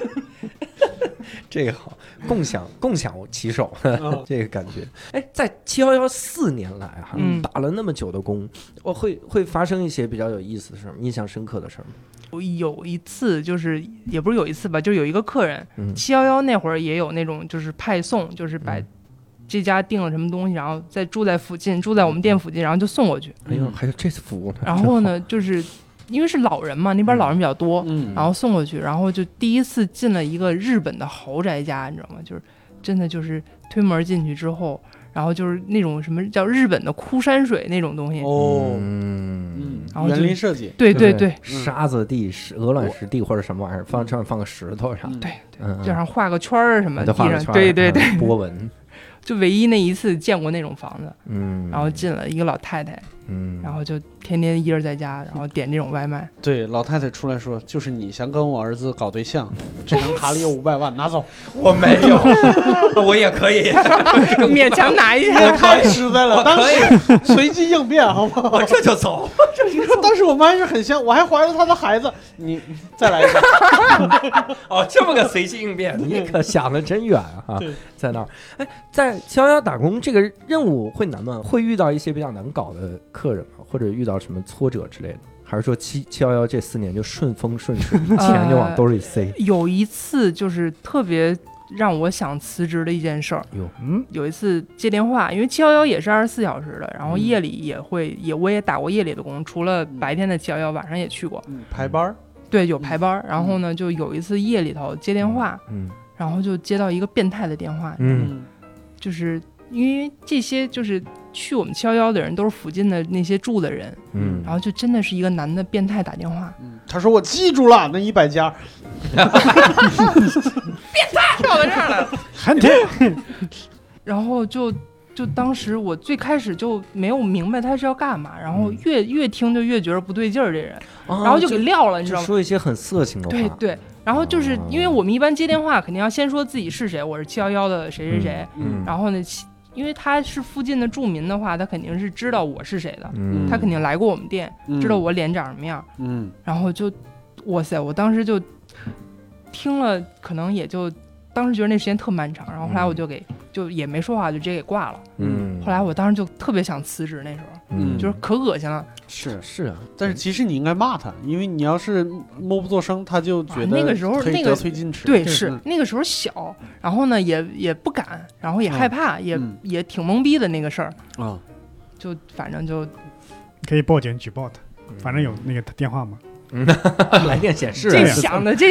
这个好，共享骑手，这个感觉。哎，在711 4年来哈，打了那么久的工，我会发生一些比较有意思的事儿，印象深刻的事儿吗？ 有一次就是也不是有一次吧，就有一个客人，711那会儿也有那种就是派送，就是把这家订了什么东西，然后再住在我们店附近，然后就送过去。 哎呦，还有这次服务呢。 然后呢，就是因为是老人嘛，那边老人比较多，然后送过去，然后就第一次进了一个日本的豪宅家，你知道吗？就是真的就是推门进去之后，然后就是那种什么叫日本的枯山水那种东西然后园林设计， 对， 沙子地、鹅卵石地或者什么玩意儿，上放个石头上， 对，就上画个圈儿什么地上，对， 波纹。 就唯一那一次见过那种房子，然后进了一个老太太，然后就天天一人在家，然后点这种外卖。 对，老太太出来说，就是你想跟我儿子搞对象，这张卡里有500万，拿走。 我没有，我也可以勉强拿一下。 太实在了，当时随机应变，好不好？ 我这就走。 当时我们还是很像，我还怀着他的孩子。你再来一个。 哦，这么个随机应变，你可想得真远啊！在那儿，哎，在711打工这个任务会难吗？会遇到一些比较难搞的客人吗？或者遇到什么挫折之类的？还是说711这4年就顺风顺水，钱就往兜里塞？ 有一次就是特别让我想辞职的一件事儿。有一次接电话，因为711也是24小时的，然后夜里我也打过夜里的工，除了白天的711，晚上也去过排班。 对，有排班。然后呢，就有一次夜里头接电话，然后就接到一个变态的电话，就是因为这些就是去我们711的人都是附近的那些住的人，然后就真的是一个男的变态打电话， 他说我记住了那100家， 变态跳到这儿了， 很甜。 然后就当时我最开始就没有明白他是要干嘛，然后越听就越觉得不对劲儿，这人，然后就给撂了，你知道吗？ 说一些很色情的话。 对。然后就是因为我们一般接电话肯定要先说自己是谁，我是711的谁谁谁，然后呢，因为他是附近的住民的话，他肯定是知道我是谁的，他肯定来过我们店，知道我脸长什么样，然后就哇塞，我当时就听了，可能也就当时觉得那时间特漫长，然后后来我就也没说话，就直接给挂了。后来我当时就特别想辞职，那时候就是可恶心了。 是啊，但是其实你应该骂他，因为你要是默不作声，他就觉得那个时候可以得寸进尺。 对，是那个时候小，然后呢也不敢，然后也害怕，也挺懵逼的那个事儿啊，就反正就可以报警举报他，反正有那个电话嘛， 来电显示。 这想的。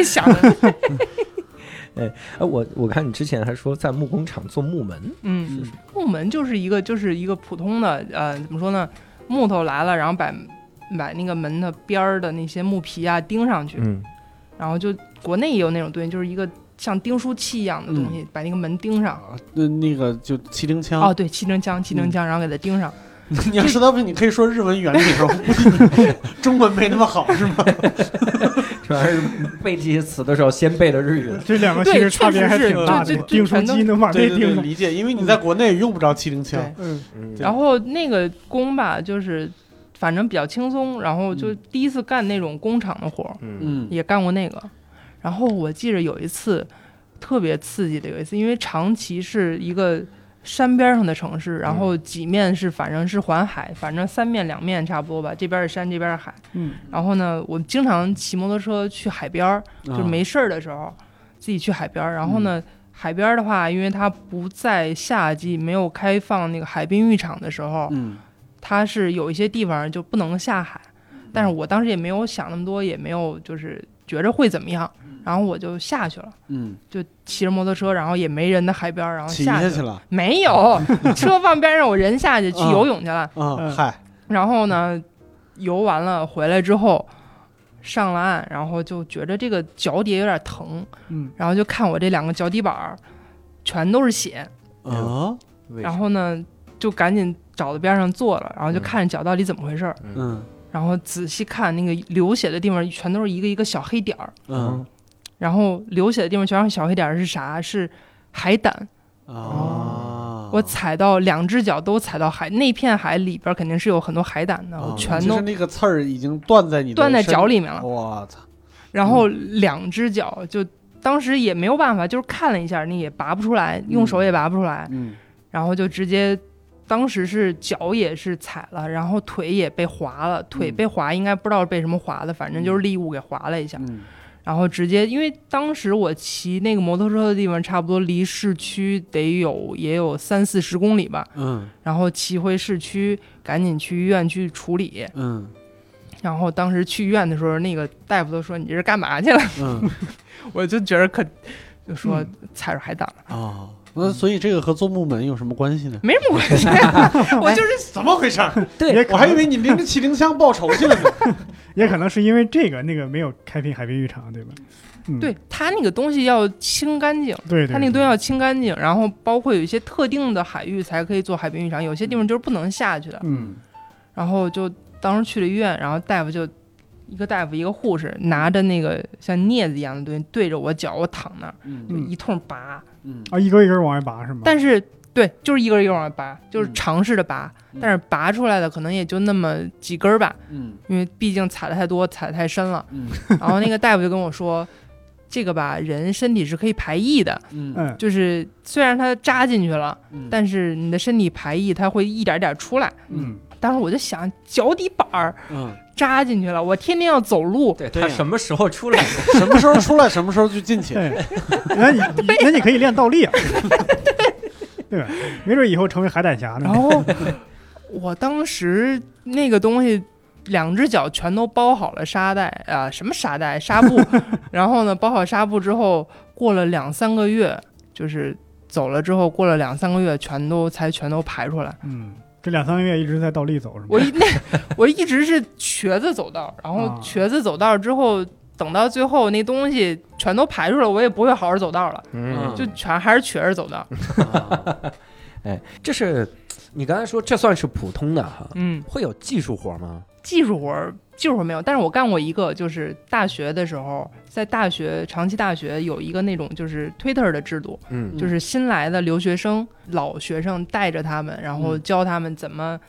我看你之前还说在木工厂做木门， 木门就是一个普通的怎么说呢，木头来了，然后把那个门的边儿的那些木皮啊钉上去，然后就国内也有那种东西，就是一个像钉书器一样的东西，把那个门钉上。 那个就气钉枪。 哦，对，气钉枪，然后给它钉上。 你要实在不行，你可以说日文原理，我估计你中文没那么好，是吗？ 主要是背这些词的时候，先背的日语。 这两个其实差别还挺大的。钉书机能把那钉上。 理解，因为你在国内用不着气钉枪。 然后那个工吧，就是反正比较轻松，然后就第一次干那种工厂的活，也干过那个。然后我记着有一次特别刺激的，因为长崎是一个山边上的城市，然后几面是反正是环海，反正3面2面差不多吧，这边是山，这边是海。然后呢，我经常骑摩托车去海边，就是没事的时候自己去海边。然后呢，海边的话，因为它不在夏季没有开放那个海滨浴场的时候，它是有一些地方就不能下海。但是我当时也没有想那么多，也没有就是觉着会怎么样。然后我就下去了，就骑着摩托车，然后也没人的海边，然后下去了。 没有，车放边上，我人下去游泳去了。然后呢，游完了回来之后，上了岸，然后就觉得这个脚底有点疼，然后就看我这2个脚底板全都是血然后呢，就赶紧找到边上坐了，然后就看着脚到底怎么回事。然后仔细看那个流血的地方，全都是一个一个小黑点儿。然后流血的地方全是小黑点是啥？是海胆。我踩到2只脚都踩到海，那片海里边肯定是有很多海胆的，我全都就是那个刺儿已经断在脚里面了。 我操！ 然后2只脚就当时也没有办法，就是看了一下，你也拔不出来，用手也拔不出来。然后就直接，当时是脚也是踩了，然后腿也被划了，腿被划应该不知道被什么划的，反正就是利物给划了一下。然后直接，因为当时我骑那个摩托车的地方，差不多离市区也有30-40公里吧。然后骑回市区，赶紧去医院去处理。然后当时去医院的时候，那个大夫都说：“你这是干嘛去了？”我就觉得就说踩着海胆了。 那所以这个和做木门有什么关系呢？ 没什么关系，我就是怎么回事？ 对， 我还以为你拎着气钉枪报仇去了呢。 也可能是因为那个没有开辟海滨浴场，对吧？ 对，它那个东西要清干净， 对， 它那个东西要清干净，然后包括有一些特定的海域才可以做海滨浴场，有些地方就是不能下去的。然后就当时去了医院，然后大夫一个护士拿着那个像镊子一样的东西对着我脚，我躺那儿就一通拔。 一根一根往外拔是吗？ 但是对，就是一根一根往外拔，就是尝试着拔，但是拔出来的可能也就那么几根吧。因为毕竟踩的太多，踩的太深了。然后那个大夫就跟我说，这个吧，人身体是可以排异的。就是虽然它扎进去了，但是你的身体排异，它会一点点出来。当时我就想，脚底板儿扎进去了，我天天要走路， 对，它什么时候出来？ 什么时候出来，什么时候就进去。 那你可以练倒立啊，对吧？没准以后成为海胆侠呢。 然后我当时那个东西，2只脚全都包好了纱带什么纱带？纱布。然后呢，包好纱布之后，过了2-3个月，就是走了之后，过了2-3个月，全都排出来。 这2-3个月一直在倒立走是吗？ 我一直是瘸子走道，然后瘸子走道之后，等到最后那东西全都排出来，我也不会好好走道了，就还是瘸着走道。 哎，这是你刚才说这算是普通的哈？会有技术活吗？ 技术活没有，但是我干过一个，就是大学的时候，在长崎大学有一个那种就是 Twitter 的制度，就是新来的留学生、老学生带着他们，然后教他们怎么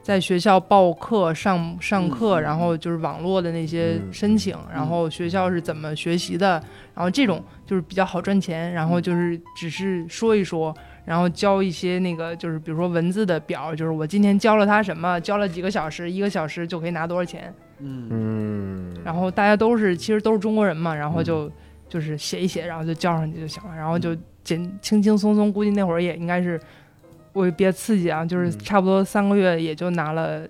在学校报课上课，然后就是网络的那些申请，然后学校是怎么学习的，然后这种就是比较好赚钱，然后就是只是说一说，然后交一些那个就是比如说文字的表，就是我今天教了他什么，教了几个小时，1个小时就可以拿多少钱。然后大家其实都是中国人嘛，然后就是写一写，然后就交上去就行了，然后就轻轻松松，估计那会儿也应该是。我也别刺激啊，就是差不多3个月也就拿了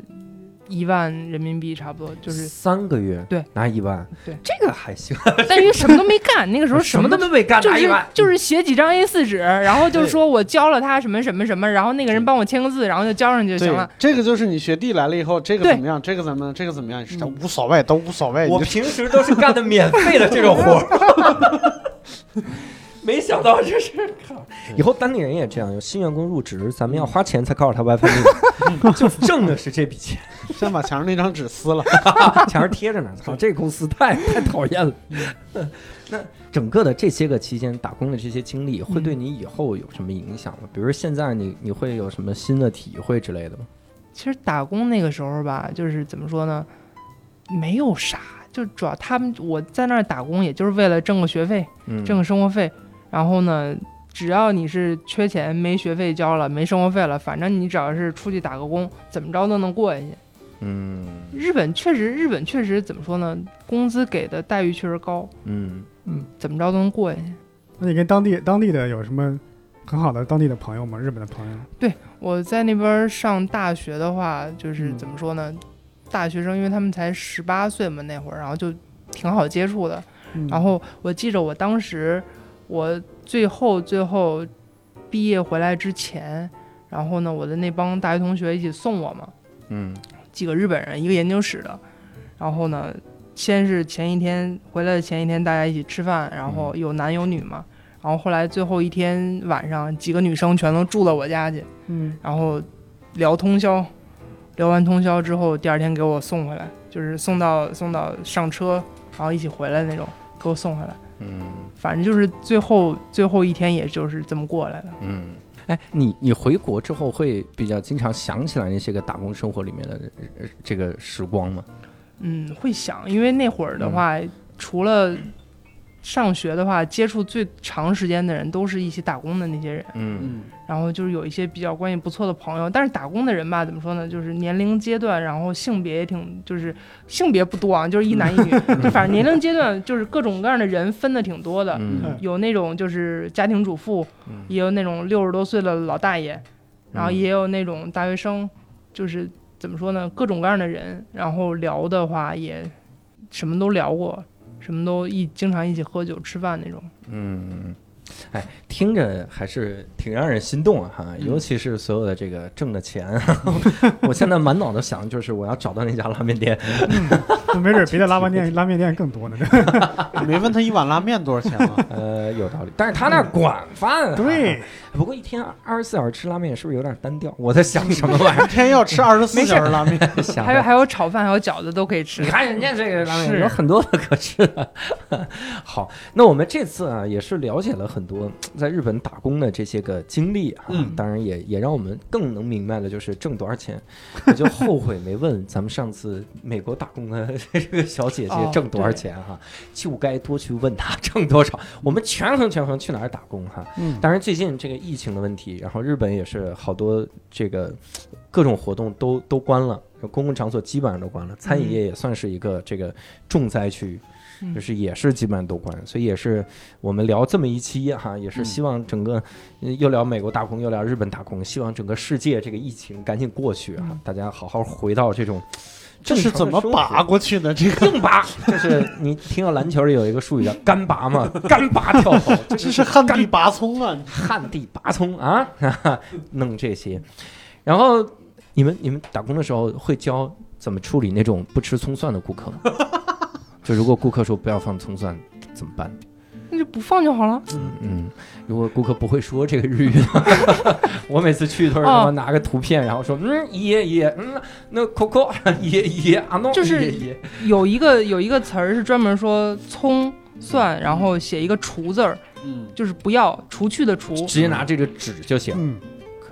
1万人民币，差不多就是 3个月， 对， 拿1万， 对， 这个还行。 但因为什么都没干，那个时候什么都没干，拿1万， 就是写几张 A4 纸，然后就说我教了他什么什么什么，然后那个人帮我签个字，然后就交上去就行了。 这个就是你学弟来了以后，这个怎么样？这个怎么样？这个怎么样？无所谓，都无所谓。 我平时都是干的免费的这种活。没想到这是，以后当地人也这样，有新员工入职，咱们要花钱才告诉他 WiFi 密，就挣的是这笔钱。 先把墙上那张纸撕了， 墙上贴着呢。操，这公司太讨厌了。那整个的这些个期间打工的这些经历，会对你以后有什么影响吗？比如现在你会有什么新的体会之类的吗？ 其实打工那个时候吧，就是怎么说呢，没有啥，就主要我在那儿打工，也就是为了挣个学费，挣个生活费。然后呢，只要你是缺钱没学费交了没生活费了，反正你只要是出去打个工，怎么着都能过下去。日本确实怎么说呢，工资给的待遇确实高，怎么着都能过下去。 那你跟当地的有什么很好的当地的朋友吗？日本的朋友？对， 我在那边上大学的话，就是怎么说呢，大学生因为他们才18岁嘛那会儿，然后就挺好接触的。然后我记着我当时我最后毕业回来之前，然后呢，我的那帮大学同学一起送我嘛，几个日本人，一个研究室的，然后呢，先是前一天回来的前一天，大家一起吃饭，然后有男有女嘛，然后后来最后一天晚上，几个女生全都住到我家去，然后聊通宵，聊完通宵之后，第2天给我送回来，就是送到上车，然后一起回来那种，给我送回来。反正就是最后一天，也就是这么过来的。 哎，你回国之后会比较经常想起来那些个打工生活里面的这个时光吗？ 会想，因为那会儿的话，除了上学的话，接触最长时间的人都是一起打工的那些人。然后就是有一些比较关系不错的朋友，但是打工的人吧，怎么说呢？就是年龄阶段，然后性别也就是性别不多啊，就是一男一女，就反正年龄阶段就是各种各样的人分的挺多的。有那种就是家庭主妇，也有那种60多岁的老大爷，然后也有那种大学生，就是怎么说呢？各种各样的人，然后聊的话也什么都聊过，什么都经常一起喝酒吃饭那种。 哎，听着还是挺让人心动啊哈，尤其是所有的这个挣的钱，我现在满脑子想就是我要找到那家拉面店， 没准别的拉面店更多呢。 没问他一碗拉面多少钱吗？ 有道理，但是他那管饭， 对。 不过一天24小时吃拉面是不是有点单调？我在想什么玩意儿？ 一天要吃24小时拉面， 还有炒饭，还有饺子都可以吃。 你看人家这个拉面有很多的可吃的。好，那我们这次啊也是了解了很多在日本打工的这些个经历啊，当然也让我们更能明白的就是挣多少钱。我就后悔没问咱们上次美国打工的这个小姐姐挣多少钱哈，就该多去问她挣多少。我们权衡去哪儿打工哈。当然最近这个疫情的问题，然后日本也是好多这个各种活动都关了，公共场所基本上都关了，餐饮业也算是一个这个重灾区，就是也是基本上都关，所以也是我们聊这么一期哈，也是希望整个又聊美国打工又聊日本打工，希望整个世界这个疫情赶紧过去哈，大家好好回到这种。 这是怎么拔过去的？这个硬拔，就是你听到篮球里有一个术语叫干拔嘛，干拔跳投， 这是旱地拔葱啊！ 旱地拔葱啊，弄这些。然后你们打工的时候会教怎么处理那种不吃葱蒜的顾客吗？就如果顾客说不要放葱蒜怎么办？ 那就不放就好了。 如果顾客不会说这个日语的，我每次去都是拿个图片，然后说也那 Coco 也啊弄， 就是有一个词儿是专门说葱蒜，然后写一个除字儿，就是不要除去的除， 直接拿这个纸就行。可以。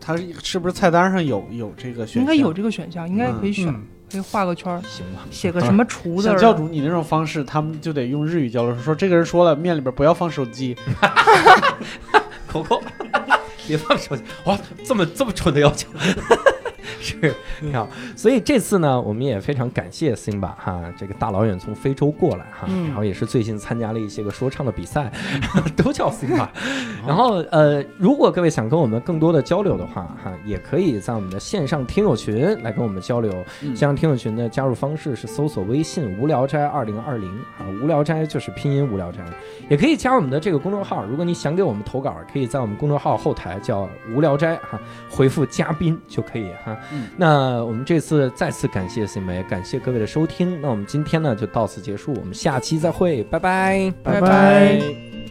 它是不是菜单上有这个选项？ 应该有这个选项，应该可以选，可以画个圈， 行吧？ 写个什么厨子。 像教主你那种方式，他们就得用日语交流，说这个人说了面里边不要放手机。 口口，别放手机！哇，这么蠢的要求。是，好，所以这次呢，我们也非常感谢 Simba 哈，这个大老远从非洲过来哈，然后也是最近参加了一些个说唱的比赛，都叫 Simba。然后如果各位想跟我们更多的交流的话哈，也可以在我们的线上听友群来跟我们交流。线上听友群的加入方式是搜索微信无聊斋2020啊，无聊斋就是拼音无聊斋，也可以加我们的这个公众号。如果你想给我们投稿，可以在我们公众号后台叫无聊斋哈，回复嘉宾就可以哈。那我们这次再次感谢 Simba， 感谢各位的收听。那我们今天呢就到此结束，我们下期再会，拜拜， 拜拜。